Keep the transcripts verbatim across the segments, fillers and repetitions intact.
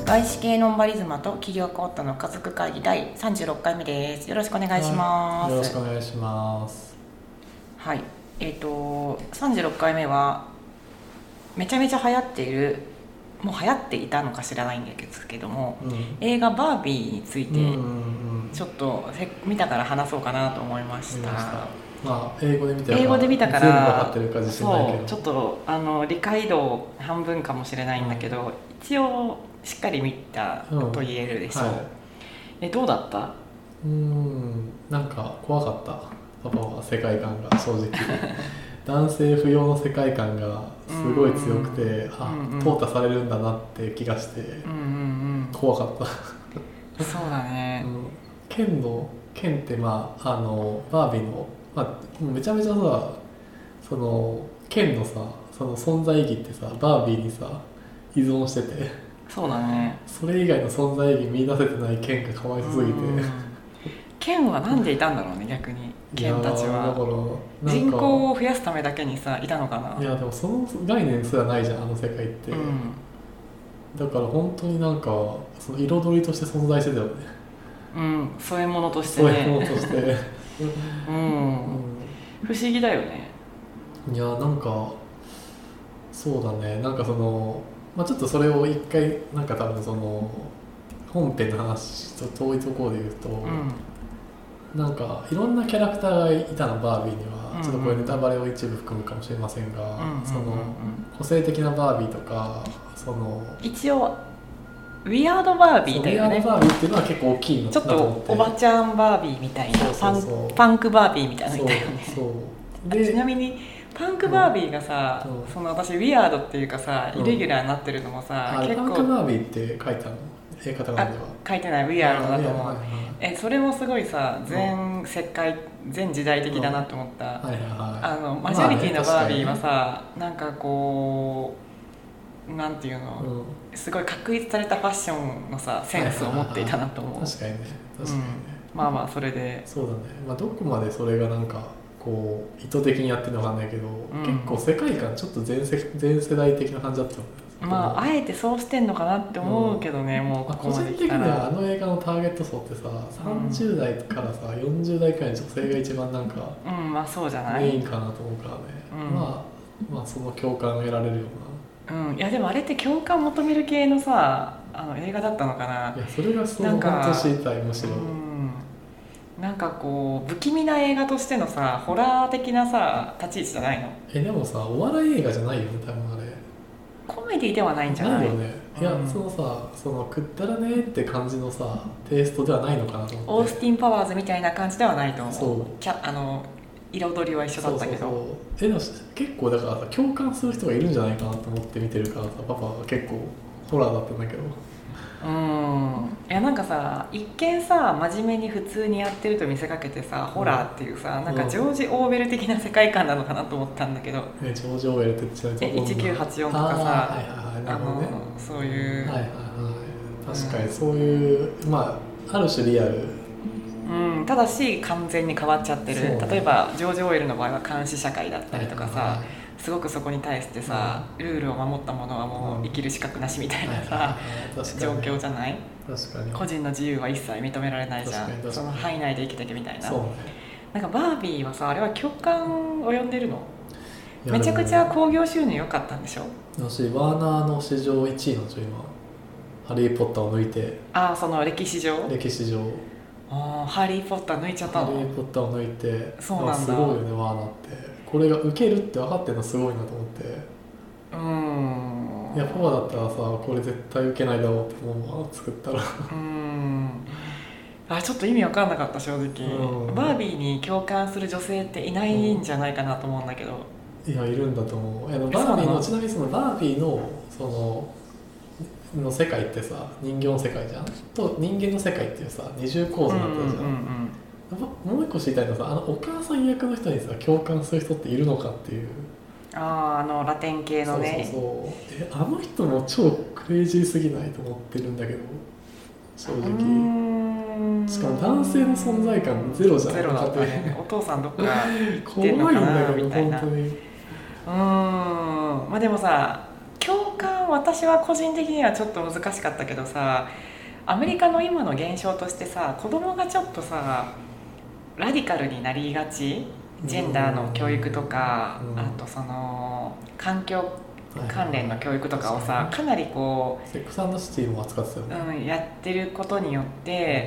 外資系ノンバリズマと企業コートの家族会議だいさんじゅうろっかいめです。よろしくお願いします。 よろしくお願いします。 はい、えっとさんじゅうろっかいめはめちゃめちゃ流行っている、もう流行っていたのか知らないんですけども、うん、映画バービーについてちょっと見たから話そうかなと思いました。 まあ、英語で見た英語で見たから全部分かってるか自信ないけど、 そうちょっとあの理解度半分かもしれないんだけど、うん、一応しっかり見たと言えるでしょう、うんはい、えどうだった？ うーんなんか怖かった。パパは世界観が正直男性不要の世界観がすごい強くて、うんうん、あ、うんうん、淘汰されるんだなって気がして、うんうんうん、怖かったそうだね、 うん、ケンのケンってまああのバービーのまあ、めちゃめちゃさそのケンのさその存在意義ってさバービーにさ依存してて、 そうだね、 それ以外の存在意義見出せてないケンがかわいそすぎて、 ケンはなんでいたんだろうね。逆にケンたちはだから人口を増やすためだけにさいたのかな。 いやでもその概念すらないじゃんあの世界って、うん、だから本当になんかその彩りとして存在してたよね。 うん添え物としてね添え物としてうん、うん、不思議だよね。 いやなんかそうだね、なんかその、まあ、ちょっとそれを一回なんか多分その本編の話と遠いところで言うと、うん、なんかいろんなキャラクターがいたのバービーには、うんうん、ちょっとこれネタバレを一部含むかもしれませんが、うんうんうんうん、その個性的なバービーとかその一応ウィアードバービーだよね。 ウィアードバービーっていうのは結構大きいのちょっとおばちゃんバービーみたいな、そうそうそう、パン、パンクバービーみたいなのいたよね。そうそうでちなみにパンクバービーがさ、うん、その私ウィアードっていうかさ、イレギュラーになってるのもさ、 うん、結構パンクバービーって書いたの絵方なんでは書いてない、ウィアードだと思う。えそれもすごいさ全世界、うん、全時代的だなと思った、うんはいはいはい、あのマジョリティのバービーはさ、まあね、なんかこうなんていうの、うん、すごい確立されたファッションのさセンスを持っていたなと思う、はいはいはい、 確かにね確かにね、 うん、まあまあそれでそうだね、まあ、どこまでそれがなんかこう意図的にやってるのかわかんないけど、うん、結構世界観ちょっと 全 世, 全世代的な感じだったよね。 まああえてそうしてんのかなって思うけどね、うん、もうここまで来たら、 まあ、個人的にはあの映画のターゲット層ってさ、さんじゅう代からさよんじゅう代くらいの女性が一番なんかうんまあそうじゃないメインかなと思うからね、うん、まあまあその共感を得られるような、うん、いやでもあれって共感求める系のさあの映画だったのかな。 いやそれがそう本当知りたいむしろ、 うんなんかこう不気味な映画としてのさホラー的なさ立ち位置じゃないの？ えでもさお笑い映画じゃないよね多分あれ。 コメディではないんじゃない？ ないよね。いや、うん、そのさそのくったらねって感じのさテイストではないのかなと思って。 オースティン・パワーズみたいな感じではないと思う。そうキャあの彩りは一緒だったけど。そうそうそうえでも結構だからさ共感する人がいるんじゃないかなと思って見てるからさパパは結構ホラーだったんだけど。 うんいやなんかさ一見さ真面目に普通にやってると見せかけてさホラーっていうさ、うん、なんかジョージ・オーウェル的な世界観なのかなと思ったんだけど、 えジョージ・オーウェルって言っちゃうといちきゅうはちよんとかさ あ,、はいはいはいあの、ね、そういう、はいはいはい、 確かにそういう、うん、まあある種リアル、 うん、ただし完全に変わっちゃってる、ね、例えばジョージ・オーウェルの場合は監視社会だったりとかさ、はいはいはいすごくそこに対してさ、うん、ルールを守った者はもう生きる資格なしみたいなさ、うん、状況じゃない？ 確かに個人の自由は一切認められないじゃん。その範囲内で生きていけみたいな。そう、ね、なんかバービーはさあれは共感を呼んでるの？めちゃくちゃ興行収入良かったんでしょ？ 私ワーナーの史上いちいなんですよ今。ハリー・ポッターを抜いて。 ああその歴史上？ 歴史上。 あハリー・ポッター抜いちゃったの？ ハリー・ポッターを抜いて。 そうなんだ。 すごいよねワーナーって。これが受けるって分かってるのすごいなと思ってうんいやパパだったらさこれ絶対受けないだろうって思うわ作ったらうんあちょっと意味分かんなかった正直バービーに共感する女性っていないんじゃないかなと思うんだけどいやいるんだと思う。あのバービーのちなみにそのバービーのそのの世界ってさ人形の世界じゃんと人間の世界っていうさ二重構造になってるじゃん、うんうんうんうんもう一個知りたいのはさあのお母さん役の人にさ共感する人っているのかっていう。 あああのラテン系のねそうそうそうえあの人も超クレイジーすぎないと思ってるんだけど正直しかも男性の存在感ゼロじゃん。 ゼロだったねお父さんどっか行ってんのかなみたいな。うーんまあでもさ共感私は個人的にはちょっと難しかったけどさ、アメリカの今の現象としてさ、子供がちょっとさラディカルになりがち、ジェンダーの教育とか、うん、あとその環境関連の教育とかをさ、はい、かなりこうセックス&シティも扱ってたよね、うん、やってることによって、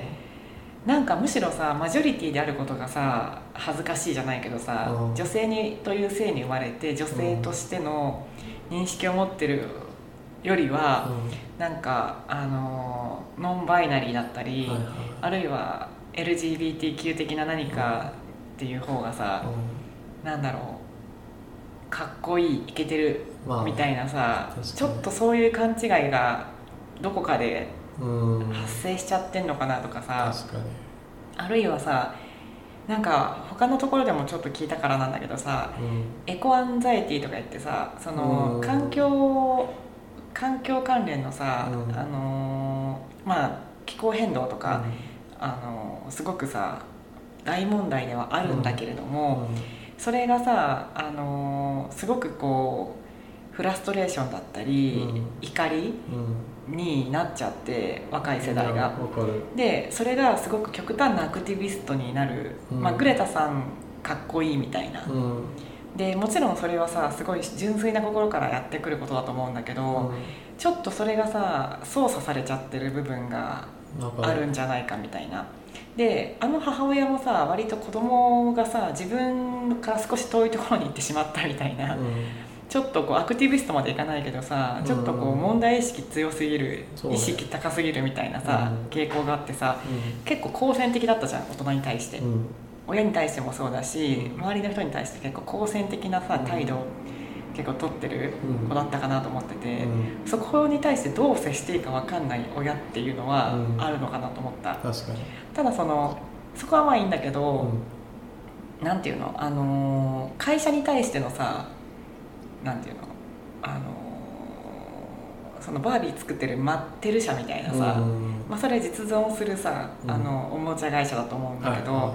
うん、なんかむしろさマジョリティであることがさ恥ずかしいじゃないけどさ、うん、女性にという性に生まれて女性としての認識を持ってるよりは、うん、なんかあのノンバイナリーだったり、はいはい、あるいは エルジービーティーキュー 的な何かっていう方がさ、うん、なんだろうかっこいいイケてるみたいなさ、まあ、ちょっとそういう勘違いがどこかで発生しちゃってんのかなとかさ、 確かにあるいはさなんか他のところでもちょっと聞いたからなんだけどさ、うん、エコアンザイティとか言ってさ、その環境環境関連のさ、うん、あのまあ気候変動とか、うん、あのすごくさ大問題ではあるんだけれども、うんうん、それがさあのすごくこうフラストレーションだったり、うん、怒りになっちゃって若い世代が、でそれがすごく極端なアクティビストになる、うんまあ、グレタさんかっこいいみたいな、うん、でもちろんそれはさすごい純粋な心からやってくることだと思うんだけど、うん、ちょっとそれがさ操作されちゃってる部分があるんじゃないかみたいな。であの母親もさ割と子供がさ自分から少し遠いところに行ってしまったみたいな、うん、ちょっとこうアクティビストまでいかないけどさ、ちょっとこう問題意識強すぎる、うん、意識高すぎるみたいなさ、うん、傾向があってさ、うん、結構好戦的だったじゃん大人に対して、うん、親に対してもそうだし、周りの人に対して結構好戦的なさ態度を結構取ってる子だったかなと思ってて、うん、そこに対してどう接していいか分かんない親っていうのはあるのかなと思った、 うん、確かに。 ただそのそこはまあいいんだけど、うん、なんていうの、あの会社に対してのさなんていうの、あのそのバービー作ってるマッテル社みたいなさ、うん、まあ、それ実存するさ、うん、あのおもちゃ会社だと思うんだけど、はいはい、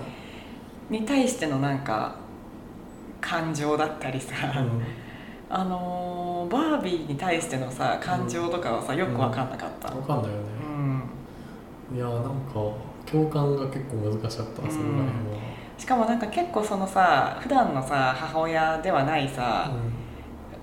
に対してのなんか感情だったりさ、うんあのー、バービーに対してのさ感情とかはさ、うん、よく分かんなかった、 分かんないよね、うん、いやなんか共感が結構難しかった、その辺は、うん、 しかもなんか結構そのさ普段のさ母親ではないさ、うん、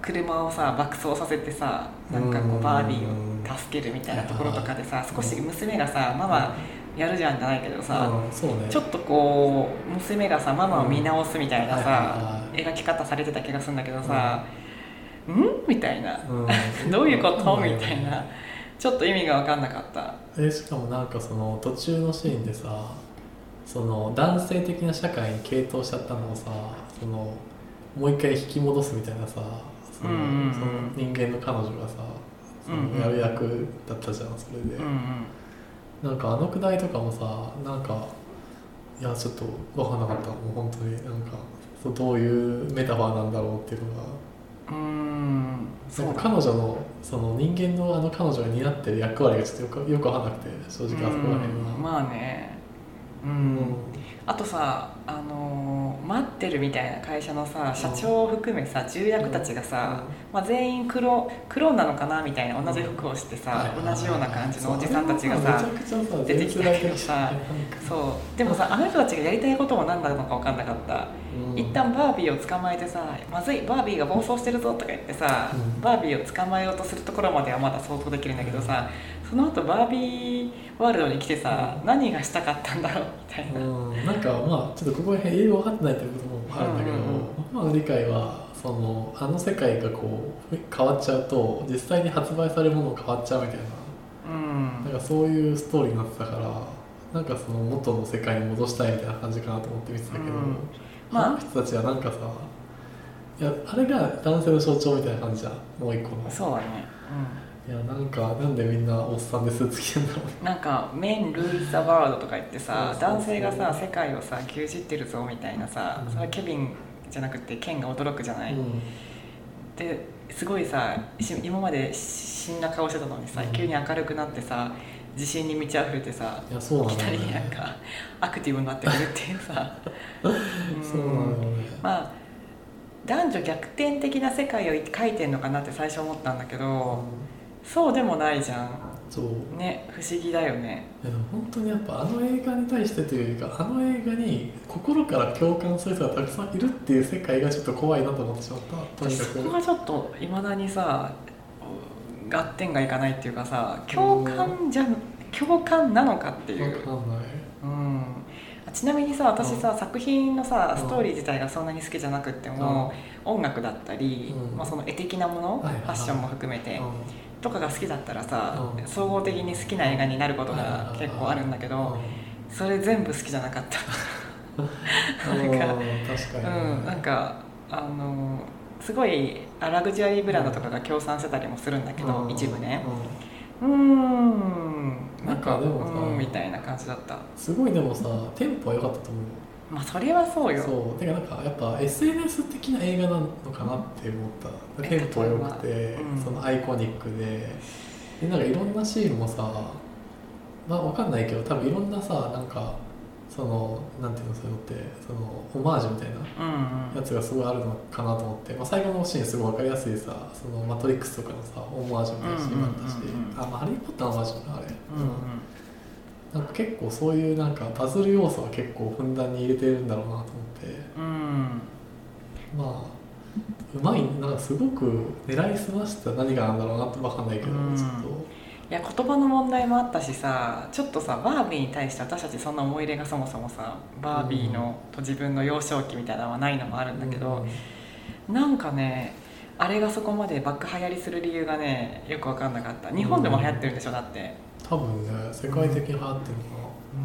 車をさ爆走させてさなんかこうバービーを助けるみたいなところとかでさ、少し娘がさママやるじゃんじゃないけどさ、 うんそうね、 ちょっとこう娘がさママを見直すみたいなさ、うん、描き方されてた気がするんだけどさ、うんんみたいな、うん、どういうこと、みたいな、ちょっと意味が分かんなかった。 えしかもなんかその途中のシーンでさ、その男性的な社会に傾倒しちゃったのをさ、そのもう一回引き戻すみたいなさ、その、うんうんうん、その人間の彼女がさ、そのやる役だったじゃん、それで、うんうん、なんかあのくだりとかもさ、なんかいやちょっと分かんなかった、もう本当になんかそうどういうメタファーなんだろうっていうのが。 うーんそう彼女のその人間のあの彼女が担ってる役割がちょっとよくよく分かんなくて、正直あそこら辺は。 まあね、うん、うん、あとさ、あのー、待ってるみたいな会社のさ社長を含めさ重役たちがさ、うんまあ、全員黒黒なのかなみたいな同じ服をしてさ、うん、同じような感じのおじさんたちがさ出てきたけどさ、そうでもさあの人たちがやりたいことも何なのか分かんなかった。うん、一旦バービーを捕まえてさ、まずいバービーが暴走してるぞとか言ってさ、うん、バービーを捕まえようとするところまではまだ想像できるんだけどさ、その後バービーワールドに来てさ、うん、何がしたかったんだろうみたいな、 うん、なんかまあちょっとここら辺英語分かってないってこともあるんだけど、うんうんうん、僕の理解はそのあの世界がこう変わっちゃうと実際に発売されるものが変わっちゃうみたいな、うん、なんかそういうストーリーになってたから、なんかその元の世界に戻したいみたいな感じかなと思って見てたけど、うんまあ、あの人たちはなんかさ、いやあれが男性の象徴みたいな感じじゃん、もう一個の。 そうだね、 うん、いやなんかなんでみんなおっさんでスーツ着てんだろう。 なんかメンルーズ・ザ・ワールドとか言ってさ、男性がさ世界をさ牛耳ってるぞみたいなさ、うん、それはケビンじゃなくてケンが驚くじゃない、うん、ですごいさ今まで死んだ顔してたのにさ、うん、急に明るくなってさ自信に満ち溢れてさ、 いやそうなんだよね、 いきなりなんかアクティブになってくるっていうさ、うん、 そうなんだよね。 まあ男女逆転的な世界を描いてんのかなって最初思ったんだけど、うん、そうでもないじゃん。 そうね、不思議だよね。 でも本当にやっぱあの映画に対してというか、あの映画に心から共感する人がたくさんいるっていう世界がちょっと怖いなと思ってしまった。とにかくそこがちょっといまだにさ合点がいかないっていうかさ、共感じゃ、うん、共感なのかっていう。 分かんない、 うん、ちなみにさ、私さ、うん、作品のさストーリー自体がそんなに好きじゃなくっても、うん、音楽だったり、うん、まあ、その絵的なもの、はいはいはい、ファッションも含めて、うん、とかが好きだったらさ、うん、総合的に好きな映画になることが結構あるんだけど、それ全部好きじゃなかったなんか、確かに、うん、なんかあのすごいラグジュアリーブランドとかが協賛してたりもするんだけど、うん、一部ね、うーん、なんかでもさ、うん、みたいな感じだった。 すごいでもさ、テンポは良かったと思う。 まあそれはそうよ。 そう、てかなんかやっぱ エスエヌエス 的な映画なのかなって思った。テンポ良くて、うん、そのアイコニックで、でなんかいろんなシーンもさ、まあわかんないけど、多分いろんなさ、なんかそのなんていうの、そういうのってそのオマージュみたいなやつがすごいあるのかなと思って、まあ、最後のシーンすごい分かりやすいさ、そのマトリックスとかのさオマージュみたいなシーンがあったし、あ、まあ、ハリー・ポッターのオマージュかなあれ、うんうん、なんか結構そういうなんかパズル要素は結構ふんだんに入れてるんだろうなと思って、 うん、 まあうまい、なんかすごく狙いすました何がなんだろうなって分かんないけど、うん、ちょっと。 いや言葉の問題もあったしさ、ちょっとさバービーに対して私たちそんな思い入れがそもそもさ、バービーの、うん、と自分の幼少期みたいなのはないのもあるんだけど、うん、なんかねあれがそこまで爆流行りする理由がねよく分かんなかった。日本でも流行ってるんでしょ、だって多分ね、世界的に流行ってるのかな。うん、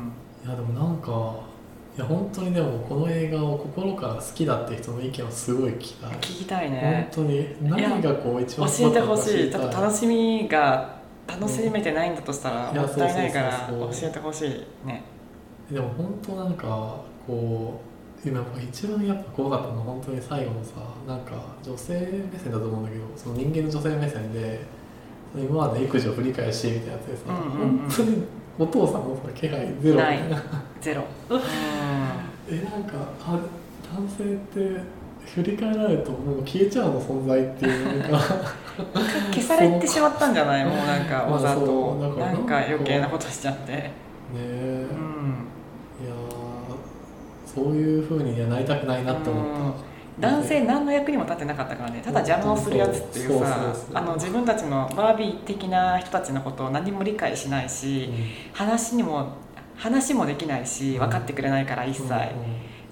いやでもなんかいや本当にでもこの映画を心から好きだっていう人の意見はすごい聞きたい。 聞きたいね。 本当に何がこう一番教えてほしい。ちょっと楽しみが楽しめてないんだとしたらもったいないから教えてほしいね。 でも本当なんかこう今一番やっぱ怖かったのは本当に最後のさ、なんか女性目線だと思うんだけど、その人間の女性目線で今まで育児を振り返しみたいなやつでさ、うんうんうん、本当にお父さんのさ気配ゼロみたいなゼロえ、なんかあ男性って振り返られるともう消えちゃうの存在っていうなんか消されてしまったんじゃない？もうなんかわざとなんか余計なことしちゃってねえ、うん、 いやそういう風にはなりたくないなって思った、うん、 男性何の役にも立ってなかったからね、ただ邪魔をするやつっていうさ、あの自分たちのバービー的な人たちのことを何も理解しないし、うん、話にも話もできないし分かってくれないから一切、うんうん、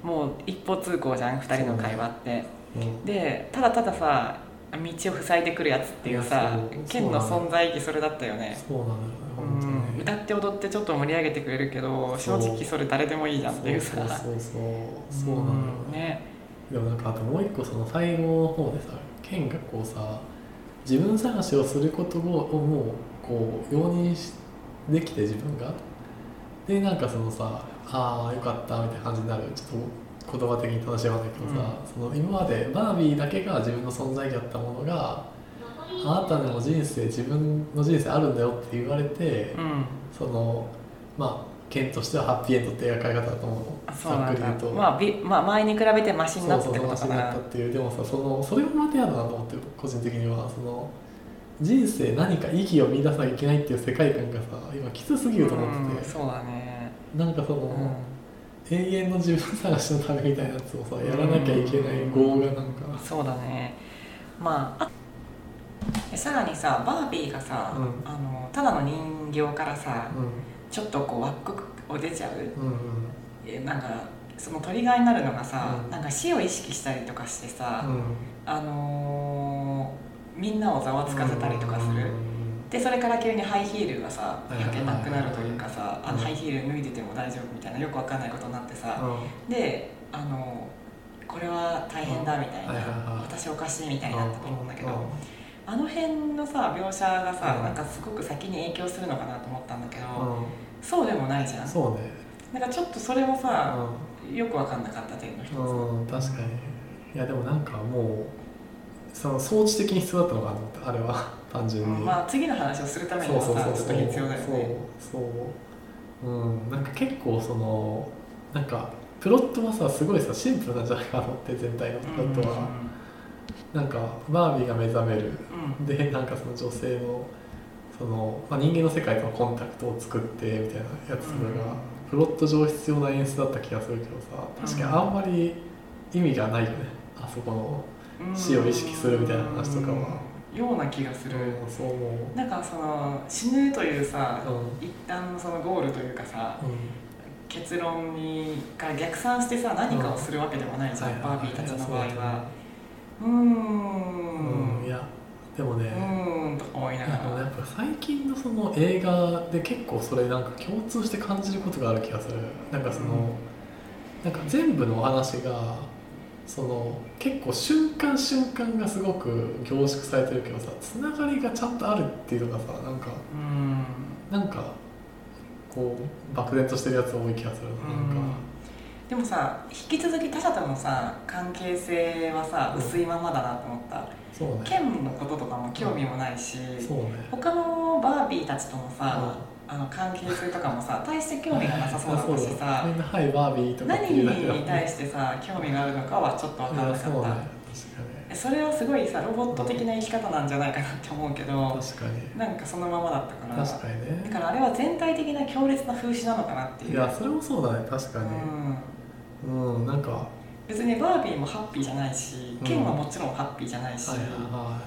もう一方通行じゃんふたりの会話って、うん、でただたださ道を塞いでくるやつっていうさ、剣の存在意義それだったよね。 そうなのよ、本当に、 うん、歌って踊ってちょっと盛り上げてくれるけど正直それ誰でもいいじゃんっていうさ、 そうそうそうそうそうなのよ、うん、ね。でもなんかあともう一個その最後の方でさ、剣がこうさ自分探しをすることをもうこう容認できて自分がでなんかそのさああよかったみたいな感じになる、ちょっと言葉的に楽しまないけどさ、うん、その今までバービーだけが自分の存在意義だったものがあなたにも人生自分の人生あるんだよって言われて、うん、そのまあ剣としてはハッピーエンドって描かれ方だと思うの。 そうなんだ、まあびまあ、前に比べてマシになったってことかな。 そうそうそうマシになったっていう。でもさそのそれもまた嫌だなと思ってる個人的には。その人生何か意義を見出さなきゃいけないっていう世界観がさ今きつすぎると思ってて、 うん、そうだね。 なんかその、うん、永遠の自分探しのためみたいなやつをさやらなきゃいけない業がなんか、 うん、そうだね。まああさらにさバービーがさ、うん、あのただの人形からさ、うん、ちょっとこうワックを出ちゃう、うんうん、なんかそのトリガーになるのがさ、うん、なんか死を意識したりとかしてさ、うん、あのー、みんなをざわつかせたりとかする、うん、でそれから急にハイヒールがさ履けなくなるというかさ、あのハイヒール脱いでても大丈夫みたいなよくわかんないことになってさ、うん、であのー、これは大変だみたいな、うん、私おかしいみたいになったと思うんだけど、うん、あの辺のさ描写がさ、うん、なんかすごく先に影響するのかなと思ったんだけど、うん、そうでもないじゃん。 そうね。 なんかちょっとそれもさ、うん、よく分かんなかった点の一つ。 うん、確かに。いやでもなんかもうその装置的に必要だったのかなと思ってあれは単純に、 うん、まあ次の話をするためにはさちょっと必要だよね。 そうそうそう、うん、なんか結構そのなんかプロットはさすごいさシンプルなんじゃないかなって全体のプロットは、うん、なんかバービーが目覚める、うん、でなんかその女性のその、まあ、人間の世界とのコンタクトを作ってみたいなやつが、うん、プロット上必要な演出だった気がするけどさ確かにあんまり意味がないよね、うん、あそこの死を意識するみたいな話とかは、 うん、ような気がする、 うん、そう思う。 なんかその死ぬというさ、うん、一旦のそのゴールというかさ、うん、結論にから逆算してさ何かをするわけでもないじゃん、うん、バービーたちの場合は。うーん、 うん、いやでもね、 うーんとか思いながら、 やっぱ最近のその映画で結構それなんか共通して感じることがある気がする。なんかその、うん、なんか全部のお話がその結構瞬間瞬間がすごく凝縮されてるけどさ、つながりがちゃんとあるっていうのがさ、なんか、うん、なんかこう漠然としてるやつ多い気がする。なんか、 うん、でもさ引き続き他者とのさ関係性はさ、うん、薄いままだなと思った。そうね、ケンのこととかも興味もないし、うんそうね、他のバービーたちとのさ、うん、あの関係性とかもさ大して興味がなさそうだったしさ、 みんなはいバービーとか何に対してさ興味があるのかはちょっと分からなかった。そうね、確かにそれはすごいさロボット的な生き方なんじゃないかなって思うけど、 確かになんかそのままだったから、 確かにね、 だからあれは全体的な強烈な風刺なのかなっていう。 いやそれもそうだね、確かに、うん、うん、なんか別にバービーもハッピーじゃないし、ケンはもちろんハッピーじゃないし、はいはいはい、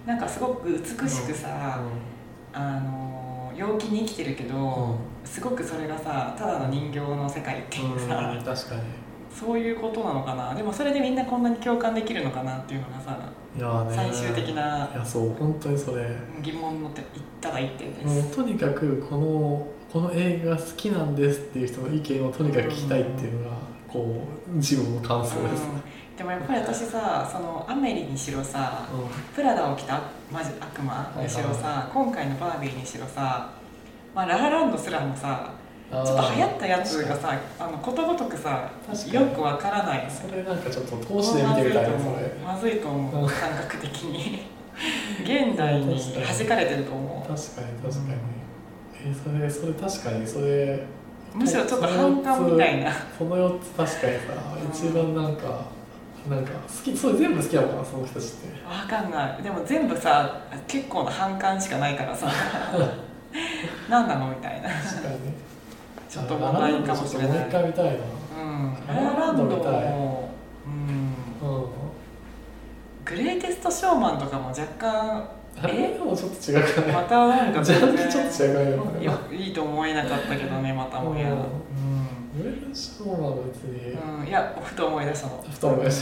なんかすごく美しくさ、うん、あの陽気に生きてるけど、うん、すごくそれがさただの人形の世界っていうさ、 うん、確かにそういうことなのかな。でもそれでみんなこんなに共感できるのかなっていうのがさ、 いや、ね、 最終的な、 いやそう本当にそれ疑問の言ったら一点です。 もうとにかくこのこの映画が好きなんですっていう人の意見をとにかく聞きたいっていうのが、うん、こう自分の感想です、 うん、でもやっぱり私さそのアメリにしろさ、うん、プラダを着たマジ悪魔にしろさ、はいはい、今回のバービーにしろさ、まあ、ララランドすらもさちょっと流行ったやつがさあのことごとくさよくわからない。 それなんかちょっと通しで見てみたいな。 まずいと思う、まずいと思う感覚的に現代に弾かれてると思う。 確かに確かに、うん、えそれそれ確かにそれむしろちょっと反感みたいな。 そのよっつ確かにさ、うん、一番なんかなんか好き、それ全部好きなのかなその人たちって。 わかんない。でも全部さ結構な反感しかないからさ何なのみたいな。 確かにちょっと問題かもしれない。 もう一回見たいな。うん。 ララランドも、うん。うん。グレイテストショーマンとかも若干あれでもちょっと違うかね。 またなんかジャンルちょっと違うよね。 いいと思えなかったけどね、またもや。うん。 グレイテストショーマンは別に。 うん。いや、ふと思い出したの。 ふと思い出した。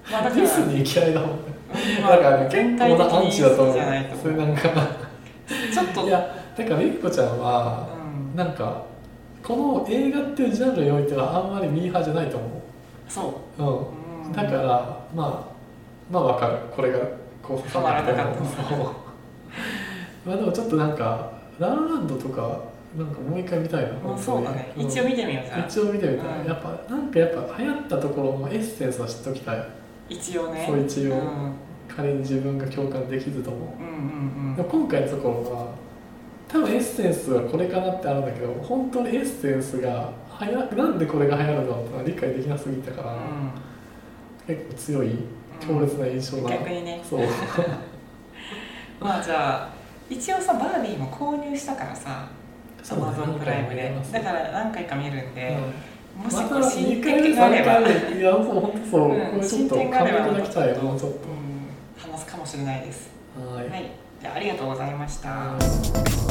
まあだからディスニー嫌いだもんね。だからね、結構なアンチだと思う。それなんかちょっといやだからゆきこちゃんは、うん、なんかこの映画っていうジャンルにおいてはあんまりミーハーじゃないと思う。 そう。 うん。だからまあまあわかる。これがこう刺さらなかった。 まあでもちょっとなんかララランドとかなんかもう一回見たいな。 まあ、そうだね。うん、一応見てみようか。 一応見てみたい。うん、やっぱなんかやっぱ流行ったところのエッセンスは知っておきたい。 一応ね。 そう一応、うん、仮に自分が共感できずとも。うんうんうん。でも今回のところは多分エッセンスはこれかなってあるんだけど、本当にエッセンスがはやなんでこれが流行るのか理解できなすぎたから、うん、結構強い強烈な印象が、 うん、逆にね。 そうまあじゃあ一応さバービーも購入したからさ、アマゾンプライムで、だから何回か見るんで、うん、もしこう進展があれば、 いやそう本当そう、うん、これちょっと考えていただきたい。もうちょっと、 うん、話すかもしれないです。 はい、 はい、じゃあありがとうございました。